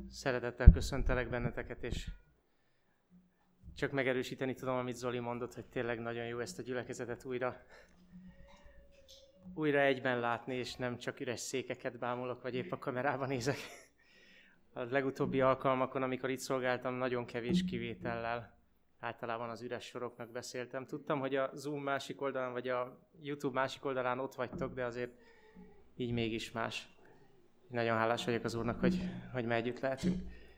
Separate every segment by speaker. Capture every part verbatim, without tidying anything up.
Speaker 1: Szeretettel köszöntelek benneteket, és csak megerősíteni tudom, amit Zoli mondott, hogy tényleg nagyon jó ezt a gyülekezetet újra, újra egyben látni, és nem csak üres székeket bámulok, vagy épp a kamerában nézek. A legutóbbi alkalmakon, amikor itt szolgáltam, nagyon kevés kivétellel általában az üres soroknak beszéltem. Tudtam, hogy a Zoom másik oldalán, vagy a YouTube másik oldalán ott vagytok, de azért így mégis más. Nagyon hálás vagyok az Úrnak, hogy, hogy ma együtt lehetünk.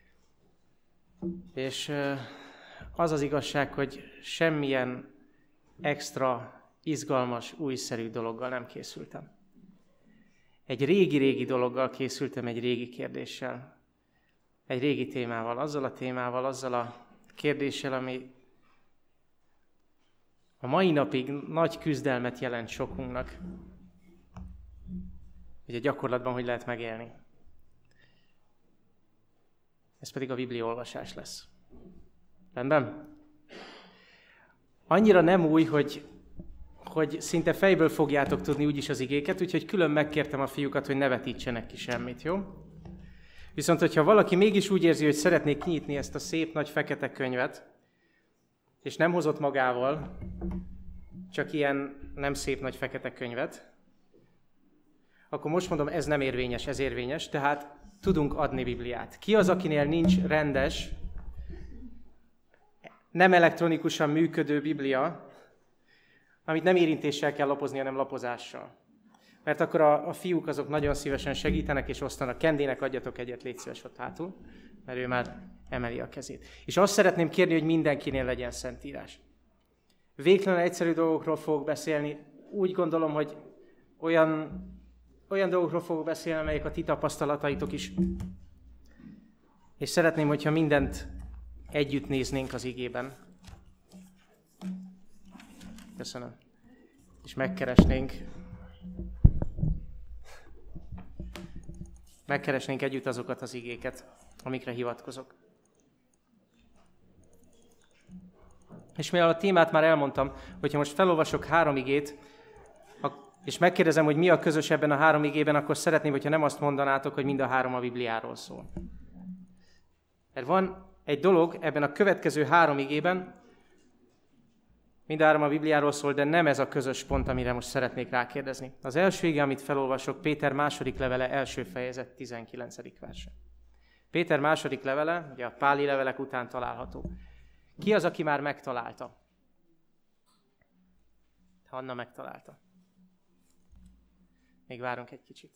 Speaker 1: És az az igazság, hogy semmilyen extra, izgalmas, újszerű dologgal nem készültem. Egy régi-régi dologgal készültem, egy régi kérdéssel. Egy régi témával, azzal a témával, azzal a kérdéssel, ami a mai napig nagy küzdelmet jelent sokunknak, hogy a gyakorlatban hogy lehet megélni. Ez pedig a Biblia olvasás lesz. Rendben? Annyira nem új, hogy, hogy szinte fejből fogjátok tudni úgyis az igéket, úgyhogy külön megkértem a fiúkat, hogy ne vetítsenek ki semmit, jó? Viszont, hogyha valaki mégis úgy érzi, hogy szeretné kinyitni ezt a szép nagy fekete könyvet, és nem hozott magával csak ilyen nem szép nagy fekete könyvet, akkor most mondom, ez nem érvényes, ez érvényes, tehát tudunk adni Bibliát. Ki az, akinél nincs rendes, nem elektronikusan működő Biblia, amit nem érintéssel kell lapozni, hanem lapozással? Mert akkor a, a fiúk azok nagyon szívesen segítenek, és osztanak. Kendének adjatok egyet, légy szíves ott hátul, mert ő már emeli a kezét. És azt szeretném kérni, hogy mindenkinél legyen szentírás. Végtelen egyszerű dolgokról fogok beszélni. Úgy gondolom, hogy olyan, olyan dolgokról fogok beszélni, amelyek a ti tapasztalataitok is. És szeretném, hogyha mindent együtt néznénk az igében. Köszönöm. És megkeresnénk. Megkeresnénk együtt azokat az igéket, amikre hivatkozok. És mivel a témát már elmondtam, hogyha most felolvasok három igét, és megkérdezem, hogy mi a közös ebben a három igében, akkor szeretném, hogyha nem azt mondanátok, hogy mind a három a Bibliáról szól. Mert van egy dolog ebben a következő három igében, mind a három a Bibliáról szól, de nem ez a közös pont, amire most szeretnék rákérdezni. Az első ige, amit felolvasok, Péter második levele, első fejezet, tizenkilencedik verse. Péter második levele, ugye a páli levelek után található. Ki az, aki már megtalálta? Hanna megtalálta. Még várunk egy kicsit.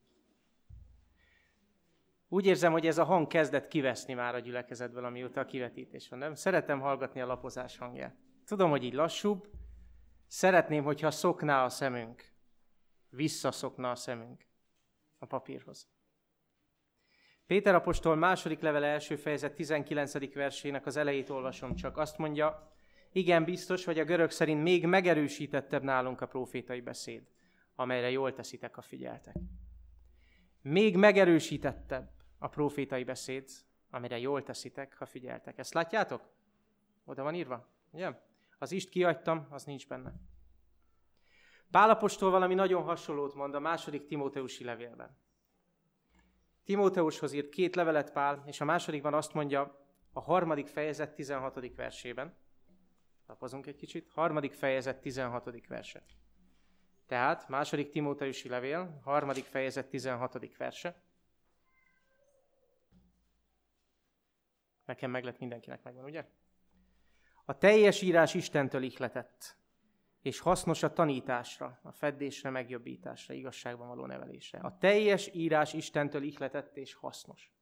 Speaker 1: Úgy érzem, hogy ez a hang kezdett kiveszni már a gyülekezetből, amióta a kivetítés van. Nem? Szeretem hallgatni a lapozás hangját. Tudom, hogy így lassúbb. Szeretném, hogyha szokná a szemünk. Visszaszokna a szemünk a papírhoz. Péter apostol második levele első fejezet tizenkilencedik versének az elejét olvasom csak. Azt mondja, igen, biztos, hogy a görög szerint még megerősítettebb nálunk a prófétai beszéd, amelyre jól teszitek, ha figyeltek. Még megerősítettebb a prófétai beszéd, amire jól teszitek, ha figyeltek. Ezt látjátok? Oda van írva? Ugye? Az ist kihagytam, az nincs benne. Pál apostol valami nagyon hasonlót mond a második Timóteusi levélben. Timóteushoz írt két levelet Pál, és a másodikban azt mondja a harmadik fejezet tizenhatodik versében. Lapozunk egy kicsit. Harmadik fejezet tizenhatodik verse. Tehát második Timóteusi levél, harmadik fejezet tizenhatodik verse. Nekem meg lett, mindenkinek megvan, ugye? A teljes írás Istentől ihletett, és hasznos a tanításra, a feddésre, megjobbításra, igazságban való nevelésre. A teljes írás Istentől ihletett és hasznos.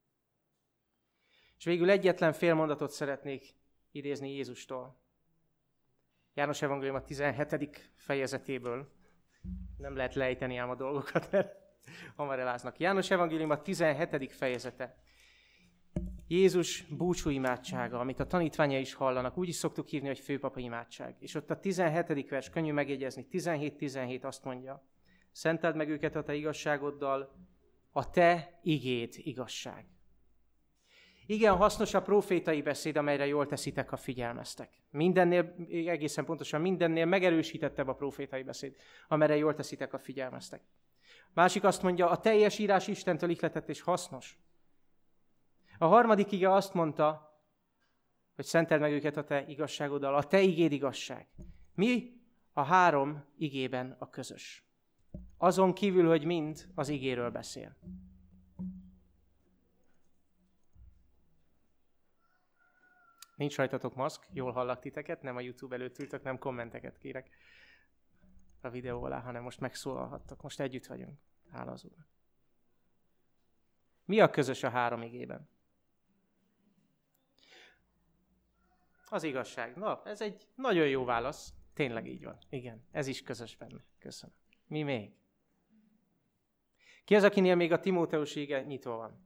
Speaker 1: És végül egyetlen fél mondatot szeretnék idézni Jézustól. János evangélium a tizenhetedik fejezetéből. Nem lehet lejteni ám a dolgokat, mert hamar eláznak. János evangélium a tizenhetedik fejezete. Jézus búcsú imádsága, amit a tanítványai is hallanak, úgy is szoktuk hívni, hogy főpapa imádság. És ott a tizenhetedik vers, könnyű megjegyezni, tizenhét tizenhét azt mondja, szenteld meg őket a te igazságoddal, a te igéd igazság. Igen, hasznos a prófétai beszéd, amelyre jól teszitek, ha figyelmeztek. Mindennél, egészen pontosan mindennél megerősítettebb a prófétai beszéd, amelyre jól teszitek, ha figyelmeztek. Másik azt mondja, a teljes írás Istentől ihletett és hasznos. A harmadik ige azt mondta, hogy szenteld meg őket a te igazságoddal, a te igéd igazság. Mi a három igében a közös? Azon kívül, hogy mind az igéről beszél. Nincs rajtatok maszk, jól hallak titeket, nem a YouTube előtt ültök, nem kommenteket kérek a videó alá, hanem most megszólalhattok. Most együtt vagyunk. Hála az Úrnak. Mi a közös a három igében? Az igazság. Na, ez egy nagyon jó válasz. Tényleg így van. Igen, ez is közös benne. Köszönöm. Mi még? Ki az, akinél még a Timóteus ige nyitva van?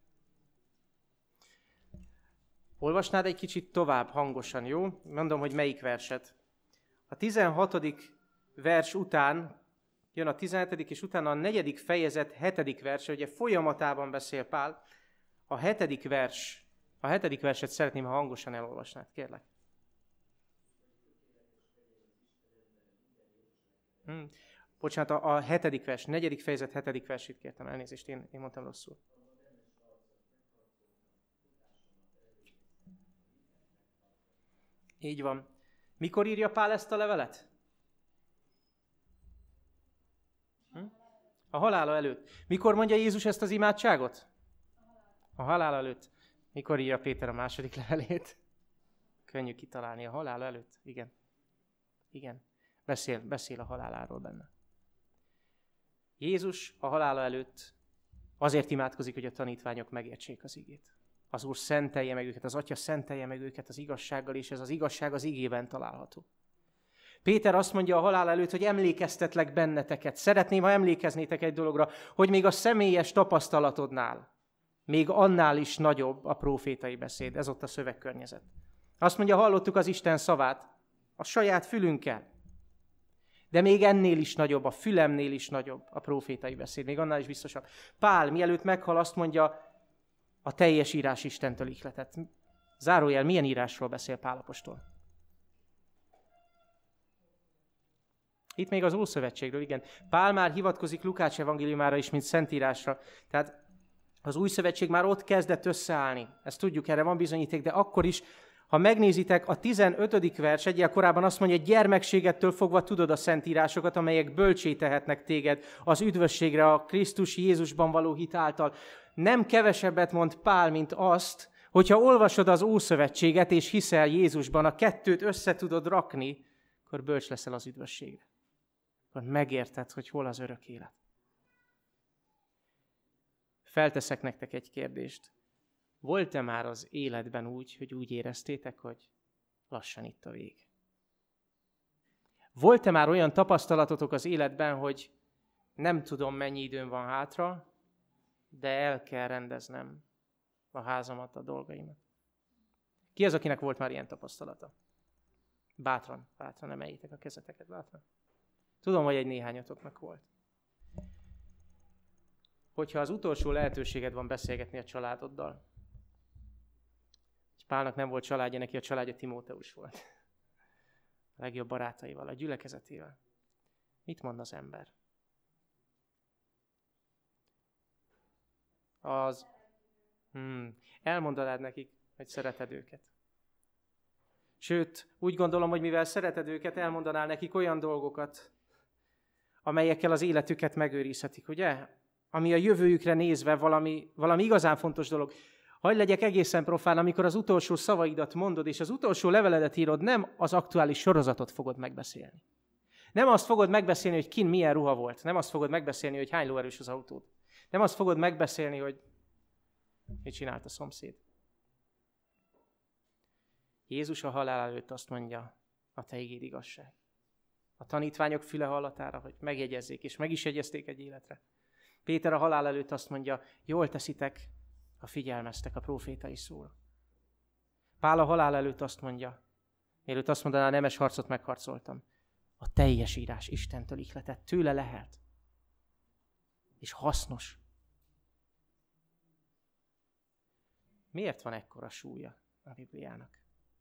Speaker 1: Olvasnád egy kicsit tovább hangosan, jó? Mondom, hogy melyik verset. A tizenhatodik vers után jön a tizenhetedik, és utána a negyedik fejezet hetedik verse, ugye folyamatában beszél Pál. A hetedik vers, a hetedik verset szeretném, ha hangosan elolvasnád, kérlek. Hm. Bocsánat, a, a hetedik vers, negyedik fejezet hetedik versét kértem, elnézést, én, én mondtam rosszul. Így van. Mikor írja Pál ezt a levelet? Hm? A halála előtt. Mikor mondja Jézus ezt az imádságot? A halála előtt. Mikor írja Péter a második levelét? Könnyű kitalálni. A halála előtt. Igen. Igen. Beszél, beszél a haláláról benne. Jézus a halála előtt azért imádkozik, hogy a tanítványok megértsék az igét. Az Úr szentelje meg őket, az Atya szentelje meg őket az igazsággal, és ez az igazság az igében található. Péter azt mondja a halál előtt, hogy emlékeztetlek benneteket. Szeretném, ha emlékeznétek egy dologra, hogy még a személyes tapasztalatodnál, még annál is nagyobb a prófétai beszéd. Ez ott a szövegkörnyezet. Azt mondja, hallottuk az Isten szavát a saját fülünkkel. De még ennél is nagyobb, a fülemnél is nagyobb a prófétai beszéd. Még annál is biztosabb. Pál, mielőtt meghal, azt mondja, a teljes írás Istentől ihletett. Zárójel, milyen írásról beszél Pál apostol? Itt még az Ószövetségről, igen. Pál már hivatkozik Lukács evangéliumára is, mint szentírásra. Tehát az Új Szövetség már ott kezdett összeállni. Ezt tudjuk, erre van bizonyíték, de akkor is, ha megnézitek, a tizenötödik vers egyel korábban azt mondja, hogy gyermekségettől fogva tudod a szentírásokat, amelyek bölcsé tehetnek téged az üdvösségre a Krisztus Jézusban való hit által. Nem kevesebbet mond Pál, mint azt, hogyha olvasod az Ószövetséget és hiszel Jézusban, a kettőt össze tudod rakni, akkor bölcs leszel az üdvösségre. Akkor megérted, hogy hol az örök élet. Felteszek nektek egy kérdést. Volt-e már az életben úgy, hogy úgy éreztétek, hogy lassan itt a vég? Volt-e már olyan tapasztalatotok az életben, hogy nem tudom, mennyi időm van hátra, de el kell rendeznem a házamat, a dolgaimat? Ki az, akinek volt már ilyen tapasztalata? Bátran, bátran emeljétek a kezeteket, bátran. Tudom, hogy egy néhányatoknak volt. Hogyha az utolsó lehetőséged van beszélgetni a családoddal, és Pálnak nem volt családja, neki a családja Timóteus volt. A legjobb barátaival, a gyülekezetével. Mit mond az ember? Az, hmm, elmondanád nekik, hogy szereted őket. Sőt, úgy gondolom, hogy mivel szereted őket, elmondanál nekik olyan dolgokat, amelyekkel az életüket megőrizhetik, ugye? Ami a jövőjükre nézve valami, valami igazán fontos dolog. Hadd legyek egészen profán, amikor az utolsó szavaidat mondod, és az utolsó leveledet írod, nem az aktuális sorozatot fogod megbeszélni. Nem azt fogod megbeszélni, hogy kin milyen ruha volt. Nem azt fogod megbeszélni, hogy hány lóerős az autód. Nem azt fogod megbeszélni, hogy mit csinált a szomszéd. Jézus a halál előtt azt mondja, a te igéd igazság. A tanítványok füle hallatára, hogy megjegyezzék, és meg is jegyezték egy életre. Péter a halál előtt azt mondja, jól teszitek, ha figyelmeztek a prófétai szóra. Pál a halál előtt azt mondja, mielőtt azt mondaná, a nemes harcot megharcoltam. A teljes írás Istentől ihletett, tőle lehet. És hasznos. Miért van ekkora súlya a Bibliának?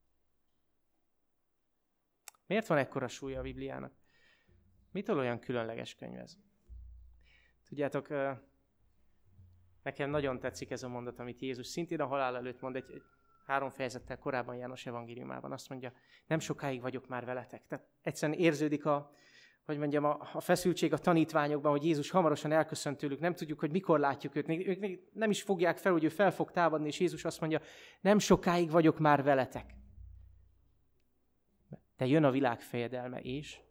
Speaker 1: Miért van ekkora súlya a Bibliának? Mitől olyan különleges könyv ez? Tudjátok, Nekem nagyon tetszik ez a mondat, amit Jézus szintén a halál előtt mond, egy, egy három fejezettel korábban János evangéliumában. Azt mondja, nem sokáig vagyok már veletek. Tehát egyszerűen érződik a, hogy mondjam, a, a feszültség a tanítványokban, hogy Jézus hamarosan elköszönt tőlük, nem tudjuk, hogy mikor látjuk őt. Még, ők még nem is fogják fel, hogy ő fel fog támadni, és Jézus azt mondja, nem sokáig vagyok már veletek. De jön a világ fejedelme, és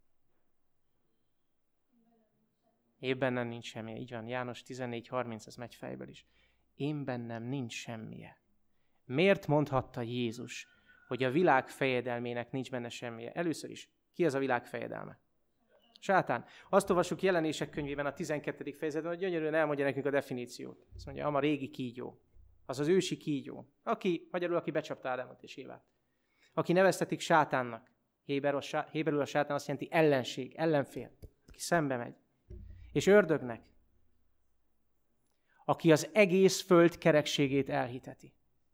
Speaker 1: én bennem nincs semmije. Így van, János tizennégy harminc, ez megy fejből is. Én bennem nincs semmije. Miért mondhatta Jézus, hogy a világ fejedelmének nincs benne semmije? Először is, ki az a világ fejedelme? Sátán. Azt olvassuk Jelenések könyvében a tizenkettedik fejezetben, hogy gyönyörűen elmondja nekünk a definíciót. Azt mondja, ama régi kígyó. Az az ősi kígyó. Aki, magyarul, aki becsapta Ádámot és Évát. Aki neveztetik sátánnak. Héberül a sátán azt jelenti ellenség, ellenfél. Aki szembe megy. És ördögnek. Aki az egész föld kerekségét elhiteti.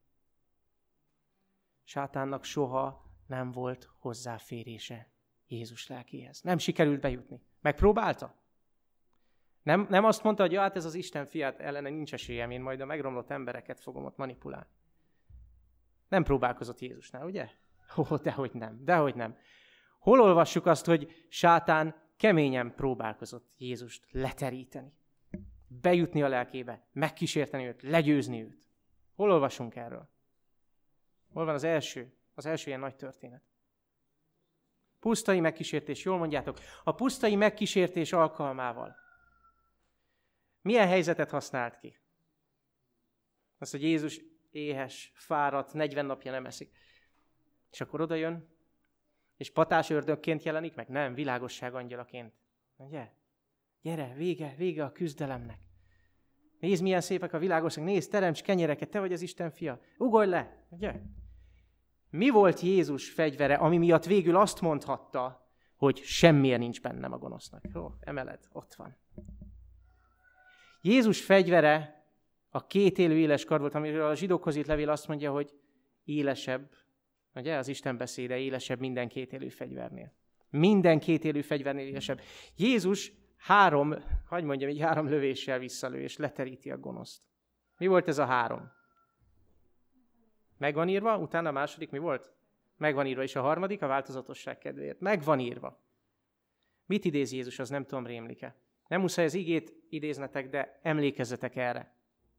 Speaker 1: Sátánnak soha nem volt hozzáférése Jézus lelkéhez. Nem sikerült bejutni. Megpróbálta? Nem, nem azt mondta, hogy ja, hát ez az Isten fiát ellene nincs esélyem, én majd a megromlott embereket fogom ott manipulálni. Nem próbálkozott Jézusnál, ugye? Ó, dehogy nem, dehogy nem. Hol olvassuk azt, hogy sátán keményen próbálkozott Jézust leteríteni, bejutni a lelkébe, megkísérteni őt, legyőzni őt? Hol olvasunk erről? Hol van az első, az első ilyen nagy történet? Pusztai megkísértés, jól mondjátok. A pusztai megkísértés alkalmával milyen helyzetet használt ki? Azt, hogy Jézus éhes, fáradt, negyven napja nem eszik. És akkor oda jön, és patás ördögként jelenik meg? Nem, világosság angyalaként. Ugye? Gyere, vége, vége a küzdelemnek. Nézd, milyen szépek a világosság. Nézd, teremts kenyereket, te vagy az Isten fia. Ugorj le! Ugye? Mi volt Jézus fegyvere, ami miatt végül azt mondhatta, hogy semmilyen nincs bennem a gonosznak? Ó, emeled, ott van. Jézus fegyvere a két élő éles kard volt, amiről a zsidókhoz írt levél azt mondja, hogy élesebb, ugye, az Isten beszéde élesebb minden két élő fegyvernél. Minden két élő fegyvernél élesebb. Jézus három, hogy mondjam, így három lövéssel visszalő, és leteríti a gonoszt. Mi volt ez a három? Megvan írva, utána a második mi volt? Megvan írva, és a harmadik a változatosság kedvéért. Megvan írva. Mit idéz Jézus, az nem tudom, rémlik-e. Nem muszáj az igét idéznetek, de emlékezzetek erre.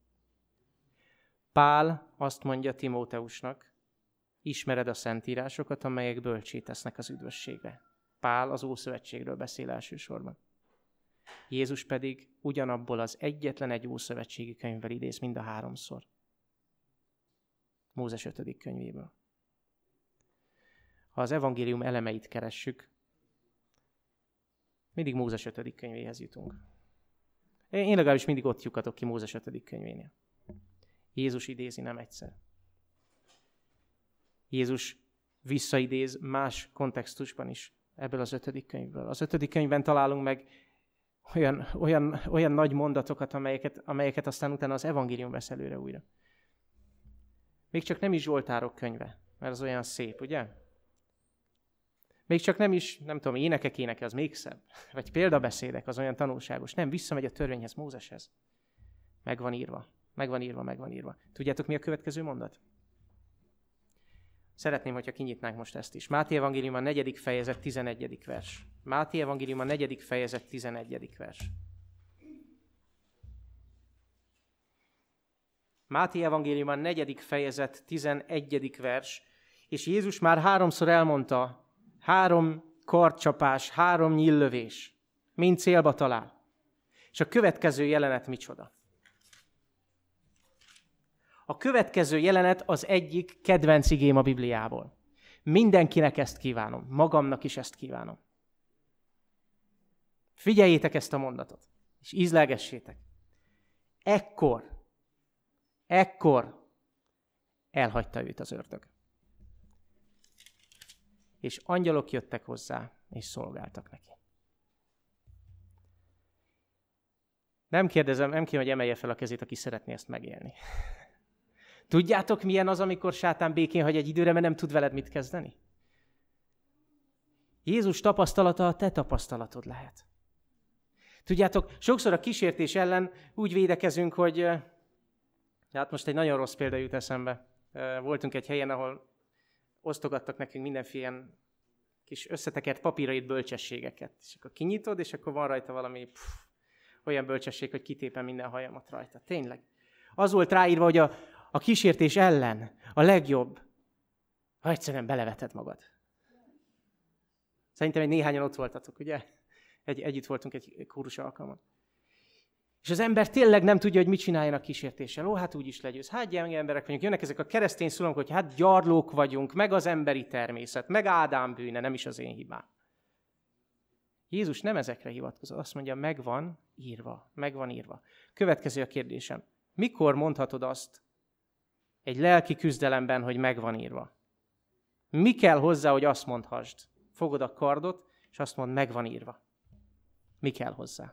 Speaker 1: Pál azt mondja Timóteusnak, ismered a szentírásokat, amelyek bölcsé tesznek az üdvösségre. Pál az Ószövetségről beszél elsősorban. Jézus pedig ugyanabból az egyetlen egy ószövetségi könyvvel idéz mind a háromszor. Mózes ötödik könyvéből. Ha az evangélium elemeit keressük, mindig Mózes ötödik könyvéhez jutunk. Én legalábbis mindig ott lyukatok ki Mózes ötödik könyvénél. Jézus idézi nem egyszer. Jézus visszaidéz más kontextusban is ebből az ötödik könyvből. Az ötödik könyvben találunk meg olyan, olyan, olyan nagy mondatokat, amelyeket, amelyeket aztán utána az evangélium vesz előre újra. Még csak nem is Zsoltárok könyve, mert az olyan szép, ugye? Még csak nem is, nem tudom, énekek éneke, az még szebb. Vagy példabeszédek, az olyan tanulságos. Nem, visszamegy a törvényhez, Mózeshez. Megvan írva, megvan írva, megvan írva. Tudjátok, mi a következő mondat? Szeretném, hogyha kinyitnánk most ezt is. Máté evangélium a negyedik fejezet, tizenegyedik vers. Máté evangélium a negyedik fejezet, tizenegyedik vers. Máté evangélium a negyedik fejezet, tizenegyedik vers, és Jézus már háromszor elmondta, három kardcsapás, három nyíllövés, mind célba talál. És a következő jelenet micsoda? A következő jelenet az egyik kedvenc igém a Bibliából. Mindenkinek ezt kívánom, magamnak is ezt kívánom. Figyeljétek ezt a mondatot, és ízlelgessétek. Ekkor, ekkor elhagyta őt az ördög. És angyalok jöttek hozzá, és szolgáltak neki. Nem kérdezem, nem kérem, hogy emelje fel a kezét, aki szeretné ezt megélni. Tudjátok, milyen az, amikor sátán békén hagy egy időre, mert nem tud veled mit kezdeni? Jézus tapasztalata a te tapasztalatod lehet. Tudjátok, sokszor a kísértés ellen úgy védekezünk, hogy hát most egy nagyon rossz példa jut eszembe. Voltunk egy helyen, ahol osztogattak nekünk mindenféle kis összetekert papírait, bölcsességeket. És akkor kinyitod, és akkor van rajta valami pff, olyan bölcsesség, hogy kitépem minden hajamat rajta. Tényleg. Az volt ráírva, hogy a, a kísértés ellen a legjobb, ha egyszerűen beleveted magad. Szerintem egy néhányan ott voltatok, ugye? Egy, együtt voltunk egy kórus alkalmon. És az ember tényleg nem tudja, hogy mit csináljon a kísértéssel. Ó, hát úgy is legyőz. Hát gyenge emberek vagyunk. Jönnek ezek a keresztény szólók, hogy hát gyarlók vagyunk, meg az emberi természet, meg Ádám bűne, nem is az én hibám. Jézus nem ezekre hivatkozott. Azt mondja, megvan írva, megvan írva. Következő a kérdésem. Mikor mondhatod azt egy lelki küzdelemben, hogy megvan írva? Mi kell hozzá, hogy azt mondhassd? Fogod a kardot, és azt mondd, megvan írva. Mi kell hozzá?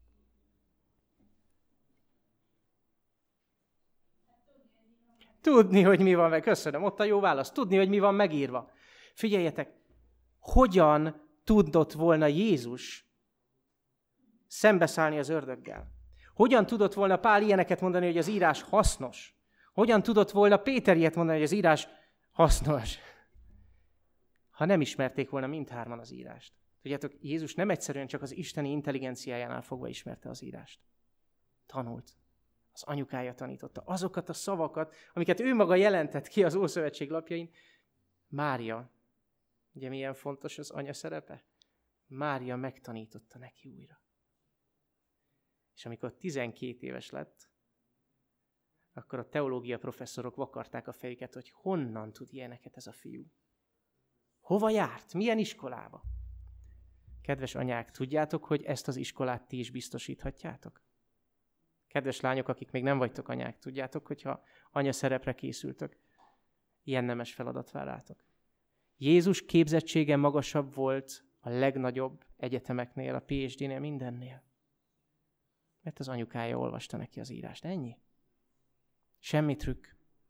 Speaker 1: Tudni, hogy mi van meg. Köszönöm, ott a jó válasz. Tudni, hogy mi van megírva. Figyeljetek, hogyan tudott volna Jézus szembeszállni az ördöggel? Hogyan tudott volna Pál ilyeneket mondani, hogy az írás hasznos? Hogyan tudott volna Péter ilyet mondani, hogy az írás hasznos? Ha nem ismerték volna mindhárman az írást. Tudjátok, Jézus nem egyszerűen csak az isteni intelligenciájánál fogva ismerte az írást. Tanult. Az anyukája tanította. Azokat a szavakat, amiket ő maga jelentett ki az Ószövetség lapjain. Mária, ugye milyen fontos az anya szerepe? Mária megtanította neki újra. És amikor tizenkét éves lett, akkor a teológia professzorok vakarták a fejüket, hogy honnan tud ilyeneket ez a fiú. Hova járt? Milyen iskolába? Kedves anyák, tudjátok, hogy ezt az iskolát ti is biztosíthatjátok? Kedves lányok, akik még nem vagytok anyák, tudjátok, hogyha anya szerepre készültök, ilyen nemes feladat vár rátok. Jézus képzettsége magasabb volt a legnagyobb egyetemeknél, a pé há dé-nél, mindennél. Mert az anyukája olvasta neki az írást. Ennyi. Semmi trükk.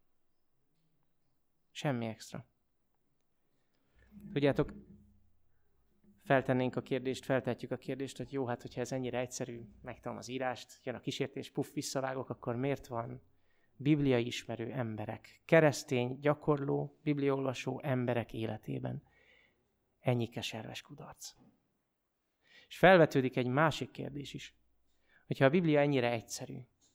Speaker 1: Semmi extra. Tudjátok, feltennénk a kérdést, feltetjük a kérdést, hogy jó, hát hogyha ez ennyire egyszerű, megtanulom az írást, jön a kísértés, puff, visszavágok, akkor miért van bibliai ismerő emberek, keresztény, gyakorló, bibliaolvasó emberek életében ennyi keserves kudarc? És felvetődik egy másik kérdés is, hogyha a Biblia ennyire egyszerű,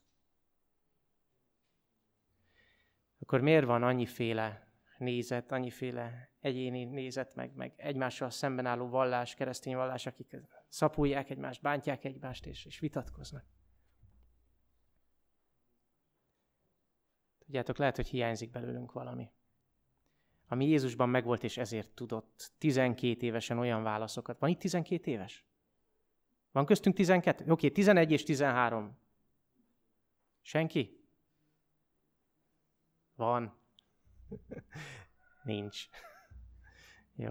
Speaker 1: akkor miért van annyiféle nézet, annyiféle egyéni nézet, meg, meg egymással szemben álló vallás, keresztény vallás, akik szapulják egymást, bántják egymást, és, és vitatkoznak. Tudjátok, lehet, hogy hiányzik belőlünk valami. Ami Jézusban megvolt, és ezért tudott tizenkét évesen olyan válaszokat. Van itt tizenkét éves? Van köztünk tizenkettő? Oké, okay, tizenegy és tizenhárom. Senki? Van. Nincs. Jó.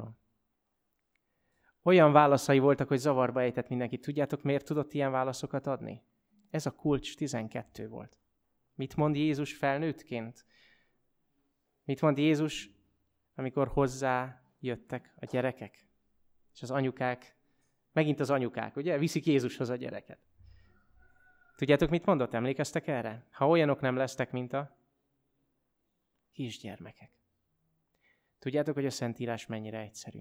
Speaker 1: Olyan válaszai voltak, hogy zavarba ejtett mindenkit. Tudjátok, miért tudott ilyen válaszokat adni? Ez a kulcs tizenkettő volt. Mit mond Jézus felnőttként? Mit mond Jézus, amikor hozzá jöttek a gyerekek? És az anyukák, megint az anyukák, ugye? Viszik Jézushoz a gyereket. Tudjátok, mit mondott? Emlékeztek erre? Ha olyanok nem lesztek, mint a kisgyermekek. Tudjátok, hogy a Szentírás mennyire egyszerű?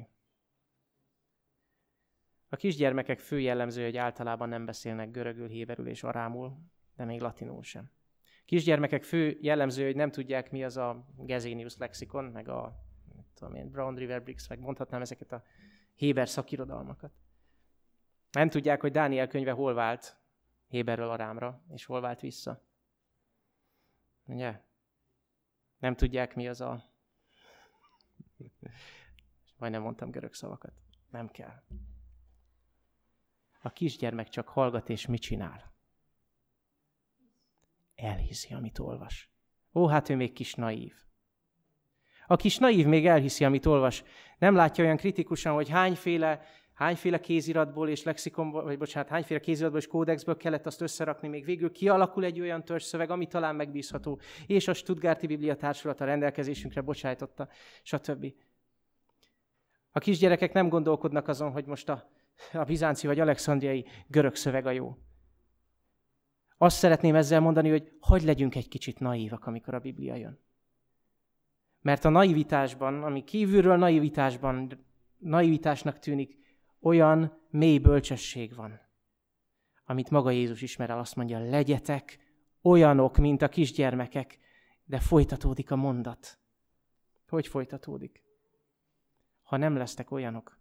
Speaker 1: A kisgyermekek fő jellemzője, hogy általában nem beszélnek görögül, héberül és arámul, de még latinul sem. Kisgyermekek fő jellemzője, hogy nem tudják, mi az a Gesenius lexikon, meg a tudom én, Brown River Briggs, meg mondhatnám ezeket a héber szakirodalmakat. Nem tudják, hogy Dániel könyve hol vált héberről arámra, és hol vált vissza. Ugye? Nem tudják, mi az a... Majdnem mondtam görög szavakat. Nem kell. A kisgyermek csak hallgat, és mit csinál? Elhiszi, amit olvas. Ó, hát ő még kis naív. A kis naív még elhiszi, amit olvas. Nem látja olyan kritikusan, hogy hányféle, hányféle kéziratból és lexikonból, vagy bocsánat, hányféle kéziratból és kódexből kellett azt összerakni, még végül kialakul egy olyan törzsszöveg, ami talán megbízható, és a Stuttgarti Biblia Társulat a rendelkezésünkre bocsájtotta, stb. A kisgyerekek nem gondolkodnak azon, hogy most a a bizánci vagy alexandriai görög szöveg a jó. Azt szeretném ezzel mondani, hogy hadd legyünk egy kicsit naívak, amikor a Biblia jön. Mert a naivitásban, ami kívülről naivitásban, naivitásnak tűnik, olyan mély bölcsesség van, amit maga Jézus ismer el, azt mondja, legyetek olyanok, mint a kisgyermekek, de folytatódik a mondat. Hogy folytatódik? Ha nem lesztek olyanok,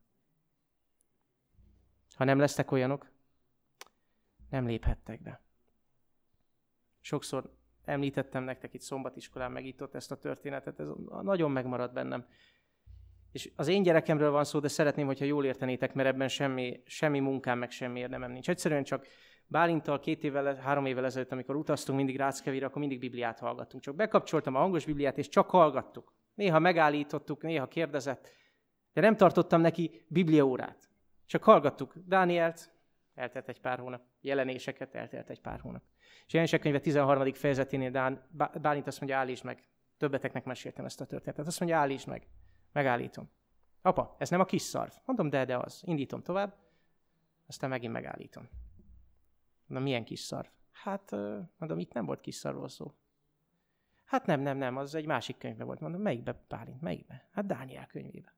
Speaker 1: ha nem lesztek olyanok, nem léphettek be. Sokszor említettem nektek itt szombatiskolán, meg itt ott ezt a történetet, ez nagyon megmaradt bennem. És az én gyerekemről van szó, de szeretném, hogyha jól értenétek, mert ebben semmi, semmi munkám, meg semmi érdemem nincs. Egyszerűen csak Bálinttal két évvel, három évvel ezelőtt, amikor utaztunk mindig Ráckevére, akkor mindig Bibliát hallgattunk. Csak bekapcsoltam a hangos Bibliát, és csak hallgattuk. Néha megállítottuk, néha kérdezett, de nem tartottam neki bibliaórát. Csak hallgattuk Dánielt, eltelt egy pár hónap, jelenéseket, eltelt egy pár hónap. És Jelenések könyve tizenharmadik fejezeténél Dán, Bálint azt mondja, állítsd meg. Többeteknek meséltem ezt a történetet. Azt mondja, állítsd meg. Megállítom. Apa, ez nem a kis szarv. Mondom, de, de az. Indítom tovább, aztán megint megállítom. Mondom, milyen kis szarv? Hát, mondom, itt nem volt kis szarvról szó. Hát nem, nem, nem, az egy másik könyvben volt. Mondom, melyikbe, Bálint, melyikbe? Hát Dániel könyvébe.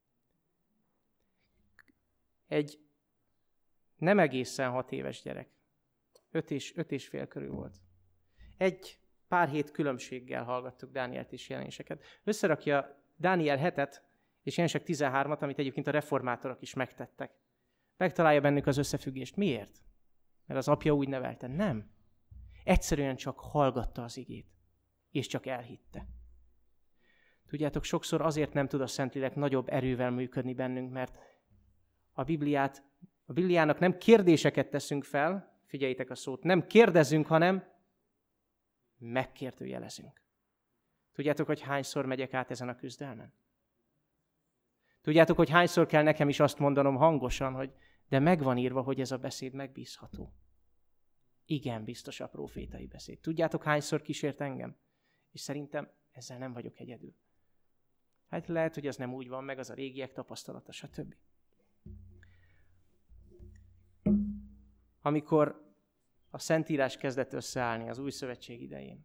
Speaker 1: Egy nem egészen hat éves gyerek. Öt és, öt és fél körül volt. Egy pár hét különbséggel hallgattuk Dánielt és jelenéseket. Összerakja Dániel hetet és Jelenések tizenhármat, amit egyébként a reformátorok is megtettek. Megtalálja bennük az összefüggést. Miért? Mert az apja úgy nevelte. Nem. Egyszerűen csak hallgatta az igét, és csak elhitte. Tudjátok, sokszor azért nem tud a Szentlélek nagyobb erővel működni bennünk, mert a Bibliát, a Bibliának nem kérdéseket teszünk fel, figyeljétek a szót, nem kérdezünk, hanem megkérdőjelezünk. Tudjátok, hogy hányszor megyek át ezen a küzdelmen? Tudjátok, hogy hányszor kell nekem is azt mondanom hangosan, hogy de megvan írva, hogy ez a beszéd megbízható. Igen, biztos a prófétai beszéd. Tudjátok, hányszor kísért engem? És szerintem ezzel nem vagyok egyedül. Hát lehet, hogy ez nem úgy van, meg az a régiek tapasztalata, stb. Amikor a Szentírás kezdett összeállni az új szövetség idején,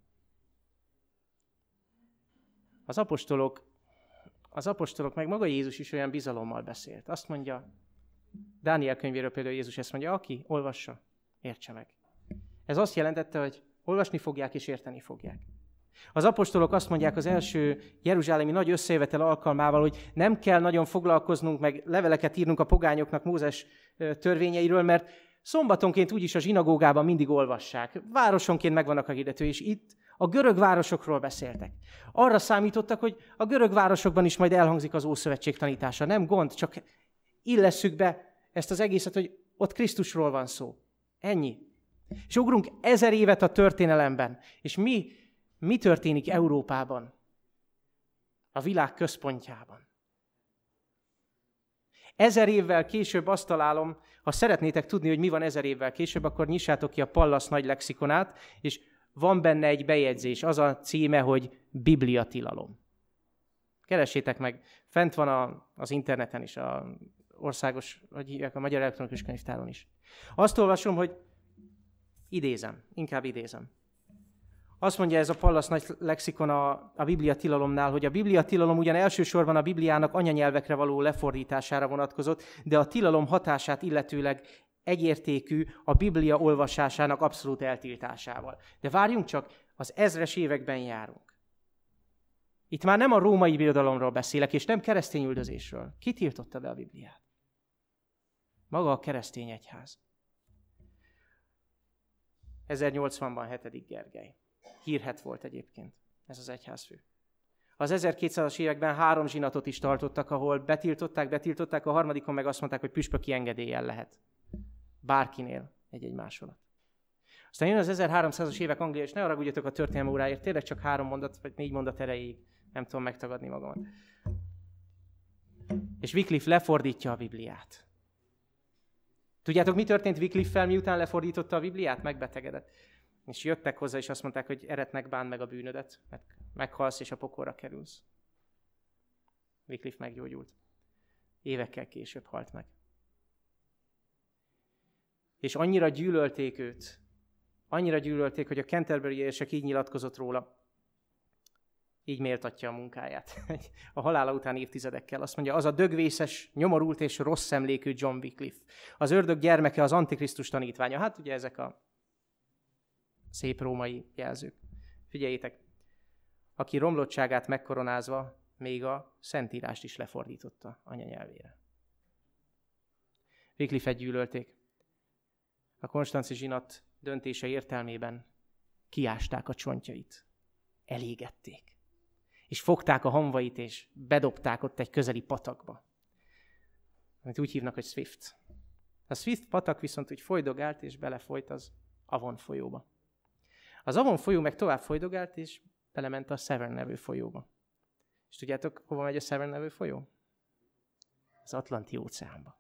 Speaker 1: az apostolok, az apostolok, meg maga Jézus is olyan bizalommal beszélt. Azt mondja, Dániel könyvéről például Jézus ezt mondja, aki olvassa, értse meg. Ez azt jelentette, hogy olvasni fogják és érteni fogják. Az apostolok azt mondják az első jeruzsálemi nagy összejövetel alkalmával, hogy nem kell nagyon foglalkoznunk, meg leveleket írnunk a pogányoknak Mózes törvényeiről, mert szombatonként úgyis a zsinagógában mindig olvassák. Városonként megvannak a hirdető, és itt a görög városokról beszéltek. Arra számítottak, hogy a görög városokban is majd elhangzik az Ószövetség tanítása. Nem gond, csak illesszük be ezt az egészet, hogy ott Krisztusról van szó. Ennyi. És ugrunk ezer évet a történelemben. És mi, mi történik Európában? A világ központjában. Ezer évvel később azt találom, ha szeretnétek tudni, hogy mi van ezer évvel később, akkor nyissátok ki a Pallas nagy lexikonát, és van benne egy bejegyzés, az a címe, hogy Biblia tilalom. Keressétek meg, fent van a, az interneten is, a országos, hogy hívják, a Magyar Elektronikus Könyvtáron is. Azt olvasom, hogy idézem, inkább idézem. Azt mondja ez a Pallas nagy lexikon a, a Biblia tilalomnál, hogy a Biblia tilalom ugyan elsősorban a Bibliának anyanyelvekre való lefordítására vonatkozott, de a tilalom hatását illetőleg egyértékű a Biblia olvasásának abszolút eltiltásával. De várjunk csak, az ezres években járunk. Itt már nem a római birodalomról beszélek, és nem keresztény üldözésről. Ki tiltotta be a Bibliát? Maga a keresztény egyház. ezernyolcvanban hetedik Gergely. Hírhedt volt egyébként ez az egyházfő. Az ezerkétszázas években három zsinatot is tartottak, ahol betiltották, betiltották, a harmadikon meg azt mondták, hogy püspöki engedéllyel lehet. Bárkinél egy-egy másolat. Aztán jön az ezerháromszázas évek Anglia, és ne haragudjatok a történelmi óráért, tényleg csak három mondat, vagy négy mondat erejéig nem tudom megtagadni magamat. És Wycliffe lefordítja a Bibliát. Tudjátok, mi történt Wycliffe-fel, miután lefordította a Bibliát? Megbetegedett. És jöttek hozzá, és azt mondták, hogy eretnek, bánd meg a bűnödet, mert meghalsz, és a pokolra kerülsz. Wycliffe meggyógyult. Évekkel később halt meg. És annyira gyűlölték őt, annyira gyűlölték, hogy a Canterbury érsek így nyilatkozott róla, így méltatja a munkáját. A halála után évtizedekkel azt mondja, az a dögvészes, nyomorult és rossz emlékű John Wycliffe. Az ördög gyermeke, az Antikrisztus tanítványa. Hát ugye ezek a szép római jelzők. Figyeljétek, aki romlottságát megkoronázva még a Szentírást is lefordította anyanyelvére. Wycliffet gyűlölték. A konstanzi zsinat döntése értelmében kiásták a csontjait. Elégették. És fogták a hamvait, és bedobták ott egy közeli patakba. Amit úgy hívnak, hogy Swift. A Swift patak viszont úgy folydogált, és belefolyt az Avon folyóba. Az Avon folyó meg tovább folydogált, és belement a Severn nevű folyóba. És tudjátok, hova megy a Severn nevű folyó? Az Atlanti óceánba.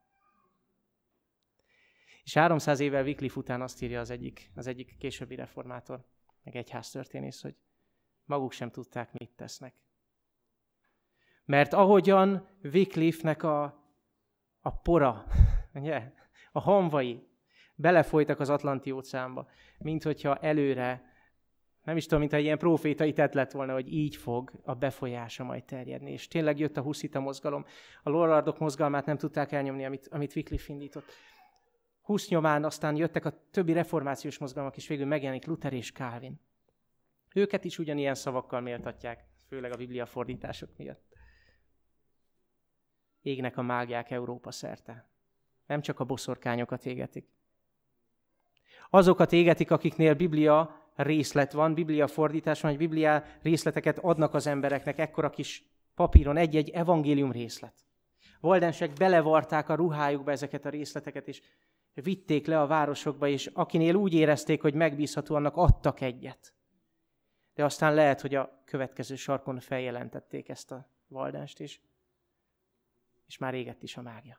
Speaker 1: És háromszáz évvel Wycliffe után azt írja az egyik, az egyik későbbi reformátor, meg egyháztörténész, hogy maguk sem tudták, mit tesznek. Mert ahogyan Wycliffe-nek a, a pora, ugye, a hamvai belefolytak az Atlanti óceánba, mint hogyha előre, nem is tudom, mintha ilyen prófétai tett lett volna, hogy így fog a befolyása majd terjedni. És tényleg jött a huszita mozgalom. A lollardok mozgalmát nem tudták elnyomni, amit, amit Wycliffe indított. Hus nyomán aztán jöttek a többi reformációs mozgalmak, és végül megjelenik Luther és Calvin. Őket is ugyanilyen szavakkal méltatják, főleg a Biblia fordítások miatt. Égnek a mágiák Európa szerte. Nem csak a boszorkányokat égetik. Azokat égetik, akiknél Biblia részlet van, Biblia fordítás van, hogy Biblia részleteket adnak az embereknek, ekkora kis papíron, egy-egy evangélium részlet. Valdensek belevarták a ruhájukba ezeket a részleteket, és vitték le a városokba, és akinél úgy érezték, hogy megbízható, annak adtak egyet. De aztán lehet, hogy a következő sarkon feljelentették ezt a valdást is, és már égett is a mágia.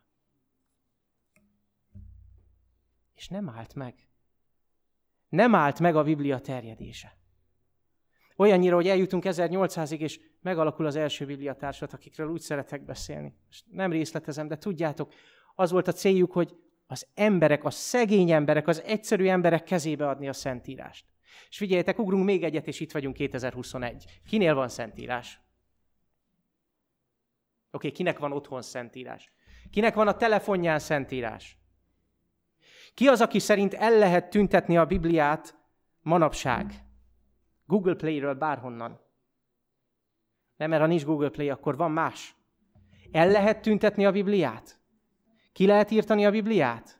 Speaker 1: És nem állt meg. Nem állt meg a Biblia terjedése. Olyannyira, hogy eljutunk ezernyolcszázig, és megalakul az első bibliatársat, akikről úgy szeretek beszélni. Most nem részletezem, de tudjátok, az volt a céljuk, hogy az emberek, a szegény emberek, az egyszerű emberek kezébe adni a Szentírást. És figyeljetek, ugrunk még egyet, és itt vagyunk kétezer-huszonegy. Kinél van Szentírás? Oké, okay, kinek van otthon Szentírás? Kinek van a telefonján Szentírás? Ki az, aki szerint el lehet tüntetni a Bibliát manapság? Google Play-ről bárhonnan. Nem, mert ha nincs Google Play, akkor van más. El lehet tüntetni a Bibliát? Ki lehet írtani a Bibliát?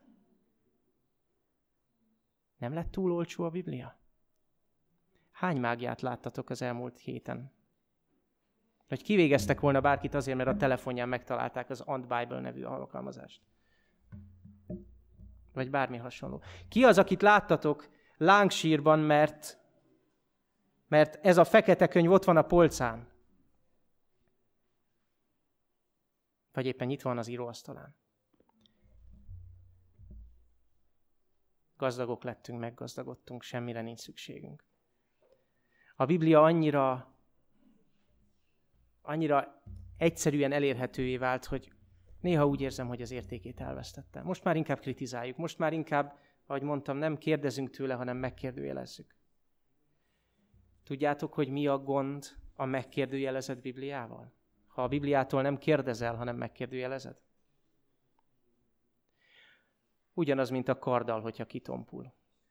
Speaker 1: Nem lett túl olcsó a Biblia? Hány mágiát láttatok az elmúlt héten? Hogy kivégeztek volna bárkit azért, mert a telefonján megtalálták az Ant Bible nevű alkalmazást. Vagy bármi hasonló. Ki az, akit láttatok lángsírban, mert, mert ez a fekete könyv ott van a polcán? Vagy éppen itt van az íróasztalán? Gazdagok lettünk, meggazdagodtunk, semmire nincs szükségünk. A Biblia annyira, annyira egyszerűen elérhetővé vált, hogy néha úgy érzem, hogy az értékét elvesztettem. Most már inkább kritizáljuk, most már inkább, ahogy mondtam, nem kérdezünk tőle, hanem megkérdőjelezzük. Tudjátok, hogy mi a gond a megkérdőjelezett Bibliával? Ha a Bibliától nem kérdezel, hanem megkérdőjelezed? Ugyanaz, mint a karddal, hogyha kitompul.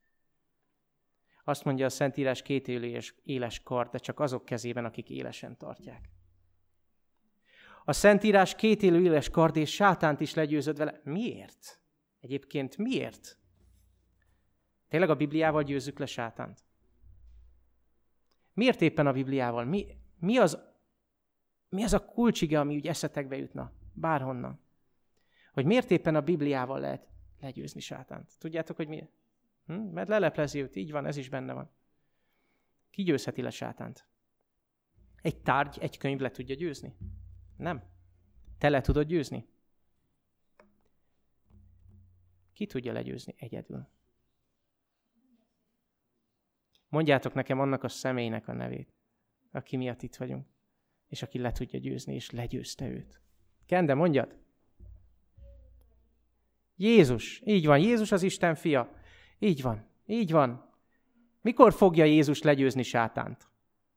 Speaker 1: Azt mondja a Szentírás, két éles, éles kard, de csak azok kezében, akik élesen tartják. A Szentírás két élő éles kard, és sátánt is legyőzöd vele. Miért? Egyébként miért? Tényleg a Bibliával győzzük le sátánt? Miért éppen a Bibliával? Mi, mi, az, mi az a kulcsige, ami úgy eszetekbe jutna? Bárhonnan. Hogy miért éppen a Bibliával lehet legyőzni sátánt? Tudjátok, hogy miért? Hm? Mert leleplezi őt, így van, ez is benne van. Ki győzheti le sátánt? Egy tárgy, egy könyv le tudja győzni? Nem. Te le tudod győzni? Ki tudja legyőzni egyedül? Mondjátok nekem annak a személynek a nevét, aki miatt itt vagyunk, és aki le tudja győzni, és legyőzte őt. Kende, mondjad! Jézus, így van, Jézus az Isten fia. Így van, így van. Mikor fogja Jézus legyőzni sátánt?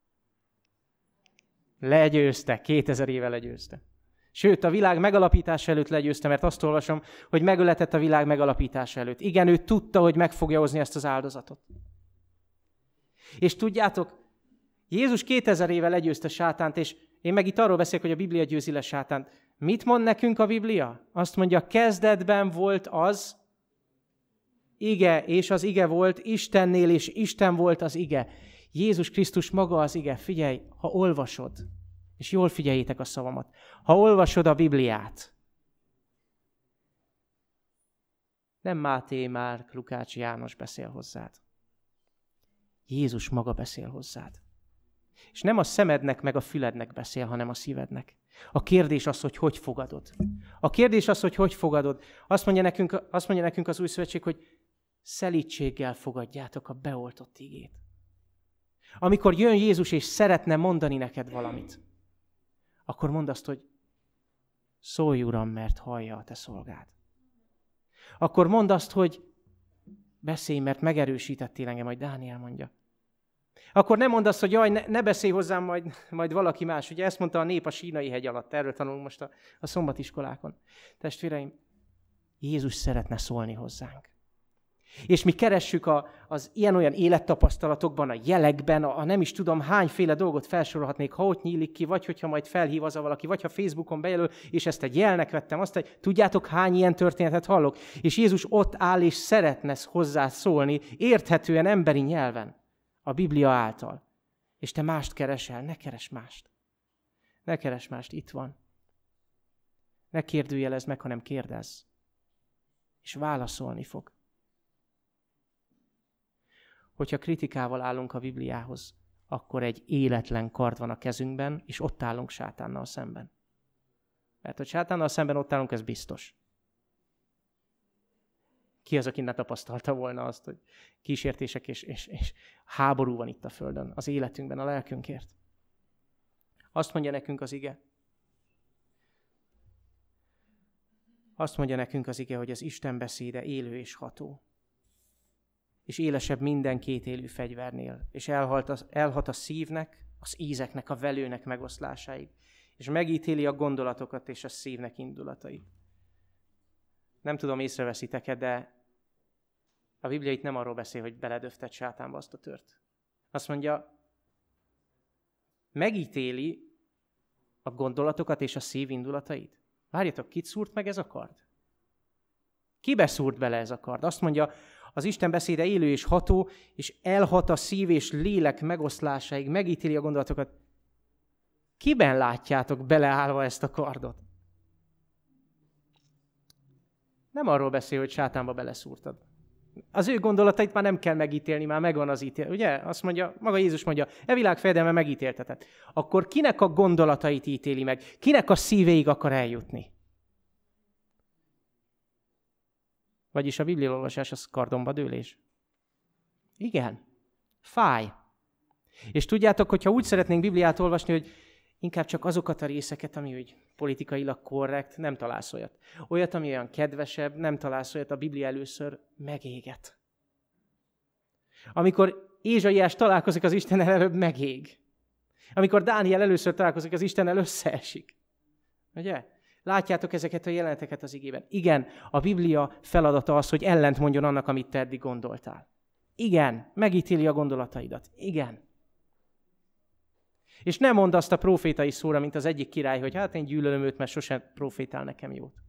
Speaker 1: Legyőzte, kétezer éve legyőzte. Sőt, a világ megalapítása előtt legyőzte, mert azt olvasom, hogy megöletett a világ megalapítása előtt. Igen, ő tudta, hogy meg fogja hozni ezt az áldozatot. És tudjátok, Jézus kétezer éve legyőzte sátánt, és én meg itt arról beszélek, hogy a Biblia győzi le sátánt. Mit mond nekünk a Biblia? Azt mondja, kezdetben volt az ige, és az ige volt Istennél, és Isten volt az ige. Jézus Krisztus maga az ige. Figyelj, ha olvasod, és jól figyeljétek a szavamat, ha olvasod a Bibliát, nem Máté, Márk, Lukács, János beszél hozzád. Jézus maga beszél hozzád. És nem a szemednek meg a fülednek beszél, hanem a szívednek. A kérdés az, hogy hogy fogadod. A kérdés az, hogy hogy fogadod. Azt mondja nekünk, azt mondja nekünk az Új Szövetség, hogy szelídséggel fogadjátok a beoltott igét. Amikor jön Jézus és szeretne mondani neked valamit, akkor mondd azt, hogy szólj, Uram, mert hallja a te szolgád. Akkor mondd azt, hogy beszélj, mert megerősítettél engem, majd Dániel mondja. Akkor nem mondd azt, hogy jaj, ne, ne beszélj hozzám, majd, majd valaki más. Ugye ezt mondta a nép a Sínai hegy alatt, erről tanulunk most a, a szombatiskolákon. Testvéreim, Jézus szeretne szólni hozzánk. És mi keressük a, az ilyen-olyan élettapasztalatokban, a jelekben, a, a nem is tudom hányféle dolgot felsorolhatnék, ha ott nyílik ki, vagy hogyha majd felhív az a valaki, vagy ha Facebookon bejelöl, és ezt egy jelnek vettem, azt egy, tudjátok, hány ilyen történetet hallok? És Jézus ott áll, és szeretne hozzá szólni, érthetően emberi nyelven, a Biblia által. És te mást keresel, ne keres mást. Ne keres mást, itt van. Ne kérdőjelezd meg, hanem kérdezz. És válaszolni fog. Hogyha kritikával állunk a Bibliához, akkor egy életlen kard van a kezünkben, és ott állunk sátánnal szemben. Mert hogy sátánnal szemben ott állunk, ez biztos. Ki az, aki ne tapasztalta volna azt, hogy kísértések és, és, és háború van itt a földön, az életünkben, a lelkünkért. Azt mondja nekünk az ige. Azt mondja nekünk az ige, hogy az Isten beszéde élő és ható. És élesebb minden kétélű fegyvernél, és elhat a, elhat a szívnek, az ízeknek, a velőnek megoszlásáig, és megítéli a gondolatokat és a szívnek indulatait. Nem tudom, észreveszitek-e, de a Biblia itt nem arról beszél, hogy beledöftett sátánba azt a tört. Azt mondja, megítéli a gondolatokat és a szív indulatait. Várjatok, kit szúrt meg ez a kard? Kibe szúrt bele ez a kard? Azt mondja, az Isten beszéde élő és ható, és elhat a szív és lélek megoszlásáig, megítéli a gondolatokat. Kiben látjátok beleállva ezt a kardot? Nem arról beszél, hogy sátánba beleszúrtad. Az ő gondolatait már nem kell megítélni, már megvan az ítél. Ugye? Azt mondja, maga Jézus mondja, e világ fejedelme megítéltetett. Akkor kinek a gondolatait ítéli meg? Kinek a szívéig akar eljutni? Vagyis a bibliaolvasás az kardomba dőlés. Igen. Fáj. És tudjátok, hogyha úgy szeretnénk Bibliát olvasni, hogy inkább csak azokat a részeket, ami úgy politikailag korrekt, nem találsz olyat. Olyat, ami olyan kedvesebb, nem találsz olyat, a Biblia először megéget. Amikor Ézsaiás találkozik az Istennel, előbb megég. Amikor Dániel először találkozik az Istennel, összeesik. Ugye? Látjátok ezeket a jeleneteket az igében? Igen, a Biblia feladata az, hogy ellent mondjon annak, amit te eddig gondoltál. Igen, megítéli a gondolataidat. Igen. És nem mondd azt a prófétai szóra, mint az egyik király, hogy hát én gyűlölöm őt, mert sosem prófétál nekem jót.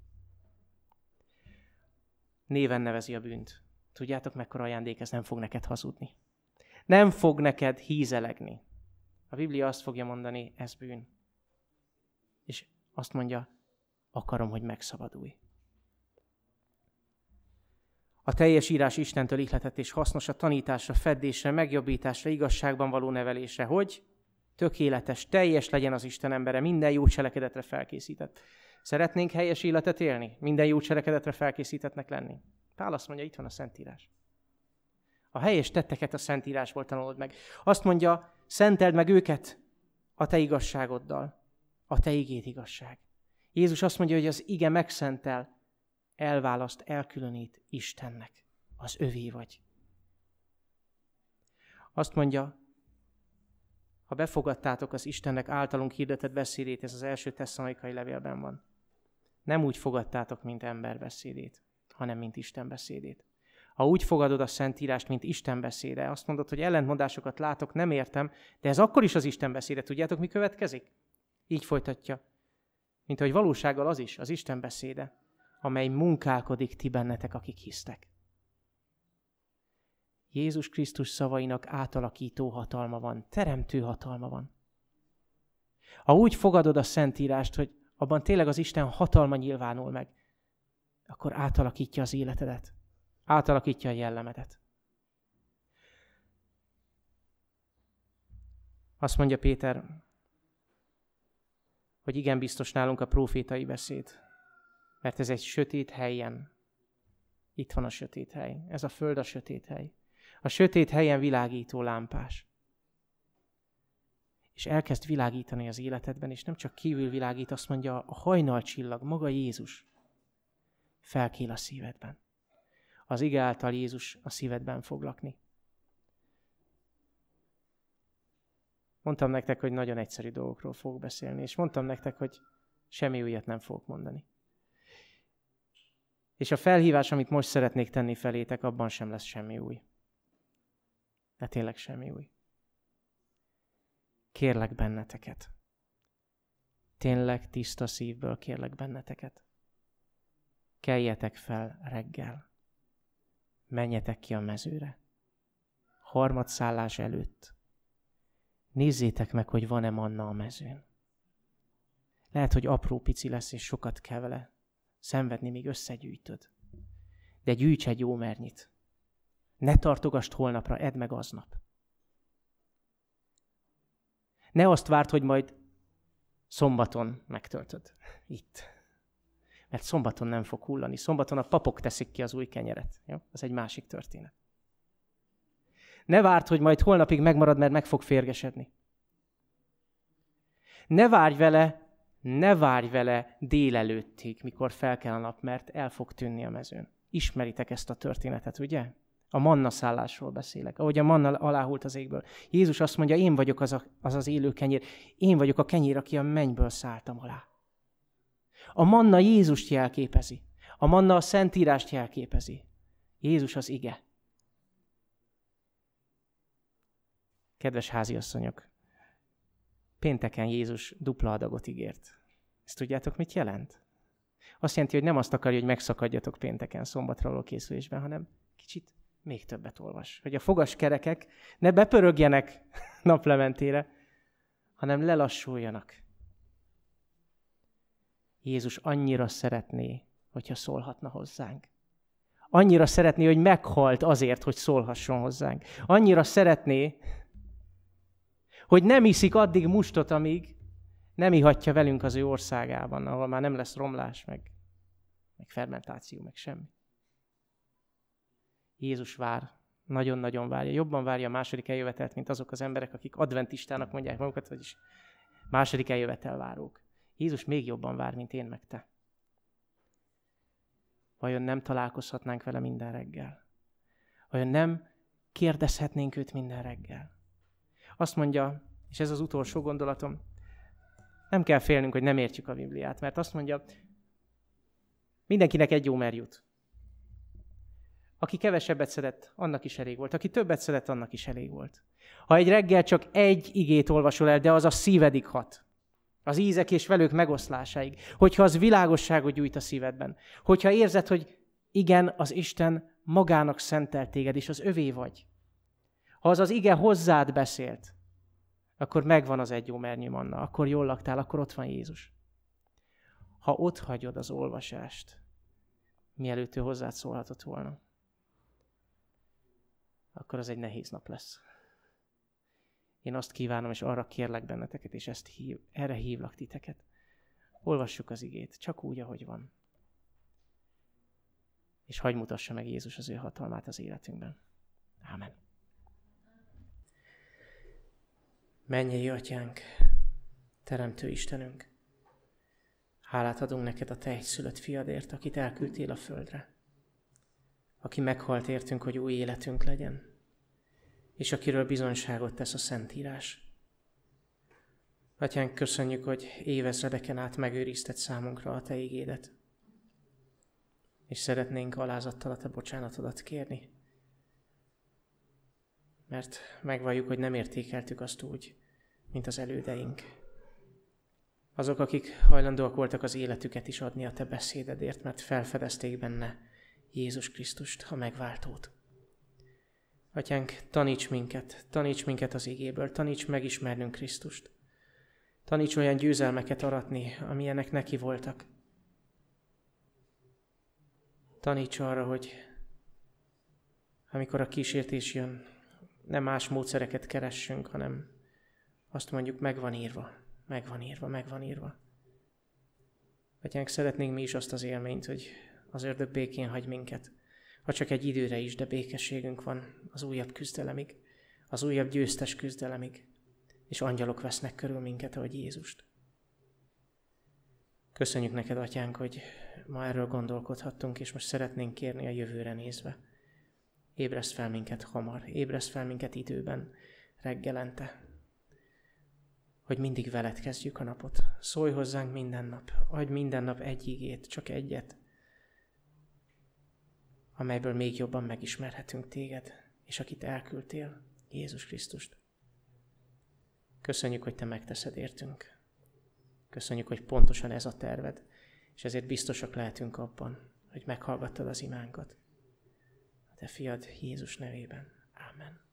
Speaker 1: Néven nevezi a bűnt. Tudjátok, mekkora ajándék, ez nem fog neked hazudni. Nem fog neked hízelegni. A Biblia azt fogja mondani, ez bűn. És azt mondja, akarom, hogy megszabadulj. A teljes írás Istentől ihletett és hasznos a tanításra, feddésre, megjobbításra, igazságban való nevelésre, hogy tökéletes, teljes legyen az Isten embere, minden jó cselekedetre felkészített. Szeretnénk helyes életet élni? Minden jó cselekedetre felkészítettnek lenni? Pál azt mondja, itt van a Szentírás. A helyes tetteket a Szentírásból tanulod meg. Azt mondja, szenteld meg őket a te igazságoddal. A te igéd igazság. Jézus azt mondja, hogy az ige megszentel elválaszt, elkülönít Istennek. Az övé vagy. Azt mondja, ha befogadtátok az Istennek általunk hirdetett beszédét, ez az első Tesszalonikai levélben van. Nem úgy fogadtátok, mint ember beszédét, hanem mint Isten beszédét. Ha úgy fogadod a Szentírást, mint Isten beszéde, azt mondod, hogy ellentmondásokat látok, nem értem, de ez akkor is az Isten beszéde. Tudjátok, mi következik? Így folytatja. Mint hogy valósággal az is, az Isten beszéde, amely munkálkodik ti bennetek, akik hisztek. Jézus Krisztus szavainak átalakító hatalma van, teremtő hatalma van. Ha úgy fogadod a Szentírást, hogy abban tényleg az Isten hatalma nyilvánul meg, akkor átalakítja az életedet, átalakítja a jellemedet. Azt mondja Péter, hogy igen biztos nálunk a prófétai beszéd, mert ez egy sötét helyen. Itt van a sötét hely. Ez a föld a sötét hely. A sötét helyen világító lámpás. És elkezd világítani az életedben, és nem csak kívül világít, azt mondja, a hajnalcsillag, maga Jézus felkél a szívedben. Az ige által Jézus a szívedben fog lakni. Mondtam nektek, hogy nagyon egyszerű dolgokról fogok beszélni, és mondtam nektek, hogy semmi újat nem fogok mondani. És a felhívás, amit most szeretnék tenni felétek, abban sem lesz semmi új. De tényleg semmi új. Kérlek benneteket. Tényleg tiszta szívből kérlek benneteket. Keljetek fel reggel. Menjetek ki a mezőre. Harmadszállás előtt. Nézzétek meg, hogy van-e manna a mezőn. Lehet, hogy apró pici lesz, és sokat kell vele szenvedni, míg összegyűjtöd. De gyűjts egy jó mernyit. Ne tartogasd holnapra, edd meg aznap. Ne azt várd, hogy majd szombaton megtöltöd. Itt. Mert szombaton nem fog hullani. Szombaton a papok teszik ki az új kenyeret. Jó? Ez egy másik történet. Ne várd, hogy majd holnapig megmarad, mert meg fog férgesedni. Ne várj vele, ne várj vele délelőttig, mikor fel kell a nap, mert el fog tűnni a mezőn. Ismeritek ezt a történetet, ugye? A manna szállásról beszélek, ahogy a manna aláhult az égből. Jézus azt mondja, én vagyok az, a, az az élő kenyér, én vagyok a kenyér, aki a mennyből szálltam alá. A manna Jézust jelképezi. A manna a Szentírást jelképezi. Jézus az ige. Kedves háziasszonyok, pénteken Jézus dupla adagot ígért. Ezt tudjátok, mit jelent? Azt jelenti, hogy nem azt akarja, hogy megszakadjatok pénteken szombatra való készülésben, hanem kicsit még többet olvas. Hogy a fogaskerekek ne bepörögjenek naplementére, hanem lelassuljanak. Jézus annyira szeretné, hogyha szólhatna hozzánk. Annyira szeretné, hogy meghalt azért, hogy szólhasson hozzánk. Annyira szeretné, hogy nem iszik addig mustot, amíg nem ihatja velünk az ő országában, ahol már nem lesz romlás, meg, meg fermentáció, meg semmi. Jézus vár, nagyon-nagyon várja. Jobban várja a második eljövetelt, mint azok az emberek, akik adventistának mondják magukat, vagyis második eljövetel várók. Jézus még jobban vár, mint én meg te. Vajon nem találkozhatnánk vele minden reggel? Vajon nem kérdezhetnénk őt minden reggel? Azt mondja, és ez az utolsó gondolatom, nem kell félnünk, hogy nem értjük a Bibliát, mert azt mondja, mindenkinek egy jó mer jut. Aki kevesebbet szedett, annak is elég volt. Aki többet szedett, annak is elég volt. Ha egy reggel csak egy igét olvasol el, de az a szívedig hat, az ízek és velők megoszlásáig, hogyha az világosságot gyújt a szívedben, hogyha érzed, hogy igen, az Isten magának szentelt téged, és az övé vagy. Ha az az ige hozzád beszélt, akkor megvan az egy jó mernyű manna, akkor jól laktál, akkor ott van Jézus. Ha ott hagyod az olvasást, mielőtt ő hozzád szólhatott volna, akkor az egy nehéz nap lesz. Én azt kívánom, és arra kérlek benneteket, és ezt hív, erre hívlak titeket. Olvassuk az igét, csak úgy, ahogy van. És hadd mutassa meg Jézus az ő hatalmát az életünkben. Ámen. Mennyei Atyánk, Teremtő Istenünk, Hálát adunk neked a te egyszülött fiadért, akit elküldtél a földre, aki meghalt értünk, hogy új életünk legyen, és akiről bizonyságot tesz a Szentírás. Atyánk, köszönjük, hogy évezredeken át megőrizted számunkra a te igédet, és szeretnénk alázattal a te bocsánatodat kérni, mert megvalljuk, hogy nem értékeltük azt úgy, mint az elődeink. Azok, akik hajlandóak voltak az életüket is adni a te beszédedért, mert felfedezték benne Jézus Krisztust, a megváltót. Atyánk, taníts minket, taníts minket az igéből, taníts megismernünk Krisztust. Taníts olyan győzelmeket aratni, amilyenek neki voltak. Taníts arra, hogy amikor a kísértés jön, nem más módszereket keressünk, hanem azt mondjuk, meg van írva, meg van írva, meg van írva. Atyánk, szeretnénk mi is azt az élményt, hogy az ördög békén hagy minket. Ha csak egy időre is, de békességünk van az újabb küzdelemig, az újabb győztes küzdelemig, és angyalok vesznek körül minket, ahogy Jézust. Köszönjük neked, Atyánk, hogy ma erről gondolkodhattunk, és most szeretnénk kérni a jövőre nézve. Ébreszd fel minket hamar, ébreszd fel minket időben, reggelente, hogy mindig veled kezdjük a napot. Szólj hozzánk minden nap, adj minden nap egy igét, csak egyet, amelyből még jobban megismerhetünk téged, és akit elküldtél, Jézus Krisztust. Köszönjük, hogy te megteszed értünk. Köszönjük, hogy pontosan ez a terved, és ezért biztosak lehetünk abban, hogy meghallgattad az imánkat. A te fiad Jézus nevében. Ámen.